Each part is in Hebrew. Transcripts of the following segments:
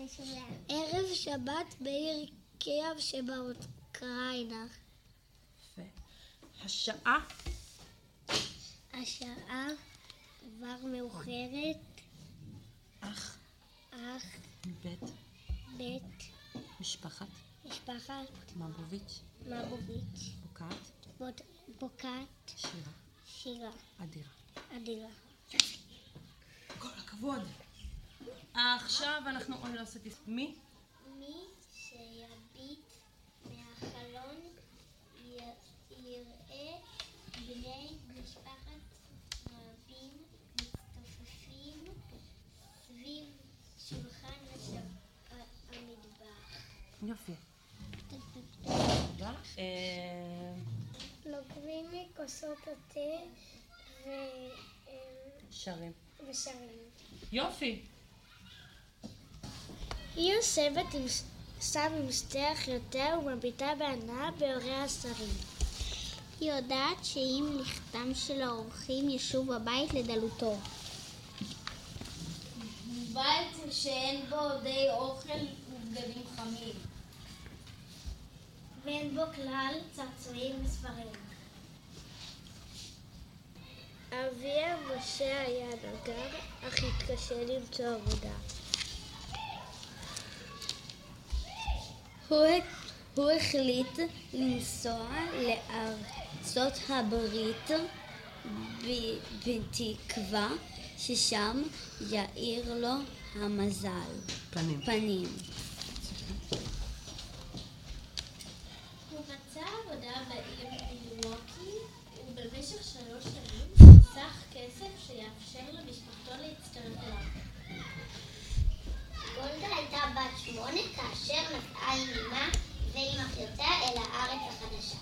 ערב שבת בעיר קייב שבאוקראינה. השעה? השעה כבר מאוחרת. אח. בית. משפחת. מבוביץ'. בוקעת. שירה. אדירה. כל הכבוד. עכשיו אנחנו עוד לא עושים מי? מי שיביט מהחלון יראה בני משפחת רבים מצטופפים סביב שולחן המטבח. יופי. תודה. לוקחים מכוסות התה שרים. יופי. היא יושבת עם סב עם שתי אחיותיה ומביטה בענאה בהורי השרים. היא יודעת שאם לכתם של האורחים ישוב הבית לדלותו. בית שאין בו די אוכל ובגדים חמים. ואין בו כלל צעצועים וספרים. אביה משה היה נגר, אך התקשה למצוא עבודה. הוא החליט לנסוע לארצות הברית בתקווה ששם יאיר לו המזל פנים. הוא מצא עבודה בעיר מילווקי ובמשך 3 שנים חסך כסף שיאפשר למשפחתו להצטרף אליו. גולדה הייתה בת 8 כאשר נסעה עם אמה ועם אחיותיה אל הארץ החדשה.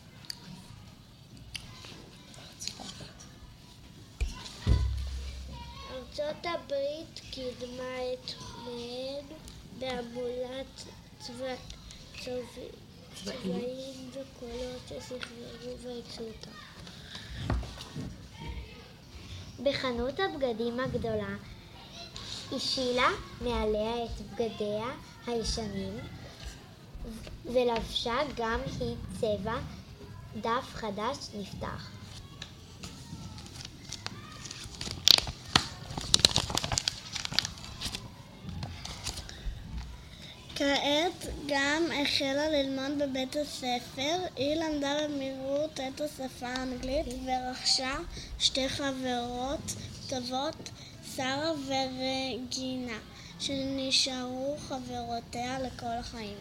ארצות הברית קידמה את פניהן בהמולת צבעים וקולות שסחררו והצו אותה. בחנות הבגדים הגדולה השילה מעליה את בגדיה הישנים ולבשה גם היא צבע. דף חדש נפתח. כעת גם החלה ללמוד בבית הספר. היא למדה במהירות את השפה האנגלית ורכשה 2 חברות טובות, שרה ורגינה, שנשארו חברותיה לכל החיים.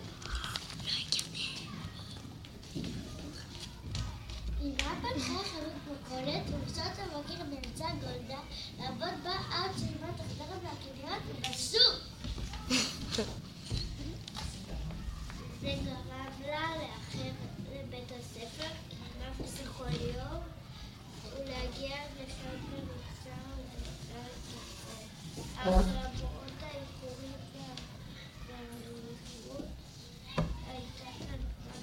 אימה פתחה חנות מכולת ובשעות הבוקר נאלצה גולדה לעבוד בה עד שאימה תחזור מהקניות בסוף. זה גרם לה לאחר לבית הספר כמעט בכל יום ולהגיע לשעות ממוצע אך למרות האיחורים והמהירות הייתה כאן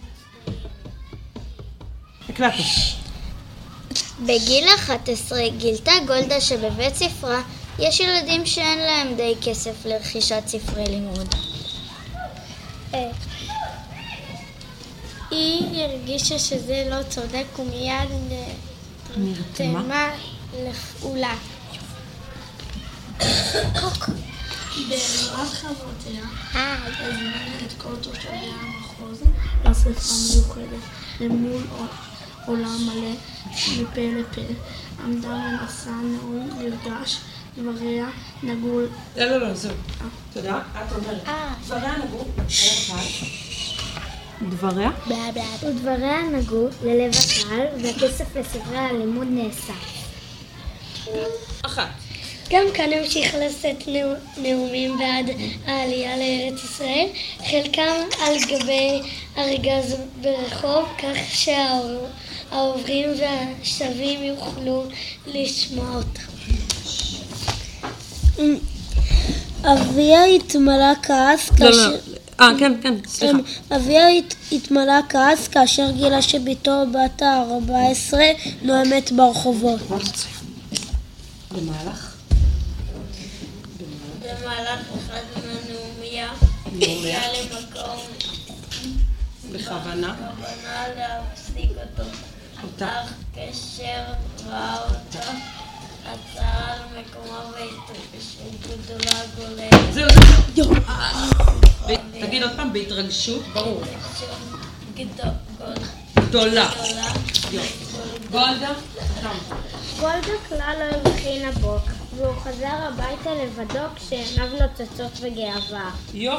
המצטיינת. בגיל 11 גילתה גולדה שבבית ספרה יש ילדים שאין להם די כסף לרכישת ספרי לימוד. היא הרגישה שזה לא צודק ומיד נרתמה לפעולה. בעזרת חברותיה הזמינה את כל תושבי המחוז לאספה מיוחדת למול עולם מלא מפה לפה. עמדה ונשא נאום נרגש. דבריה נגעו... לא, זהו. תודה. את אומרת. דבריה נגעו. ודבריה נגעו ללב הקהל והכסף לספרי הלימוד נאסף. 1. גם כאן המשיך לשאת נאומים בעד העלייה לארץ ישראל, חלקם על גבי ארגז ברחוב, כך שהעוברים והשבים יוכלו לשמוע אותם. אביה התמלא כעס כאשר... סליחה. אביה התמלא כעס כאשר גילה שביתו בת ה-14 נואמת ברחובות. במהלך? במהלך אחד מהנאומיה הגיע למקום בכוונה להפסיק אותו. אך כאשר ראה אותה, עצר על מקומה בהתרגשות גדולה גוללת. זהו, תגיד עוד פעם, בהתרגשות? ברור. גדולה. גולדה? גולדה כלל לא הבחינה בו, והוא חזר הביתה לבדו כשעיניו נוצצות בגאווה.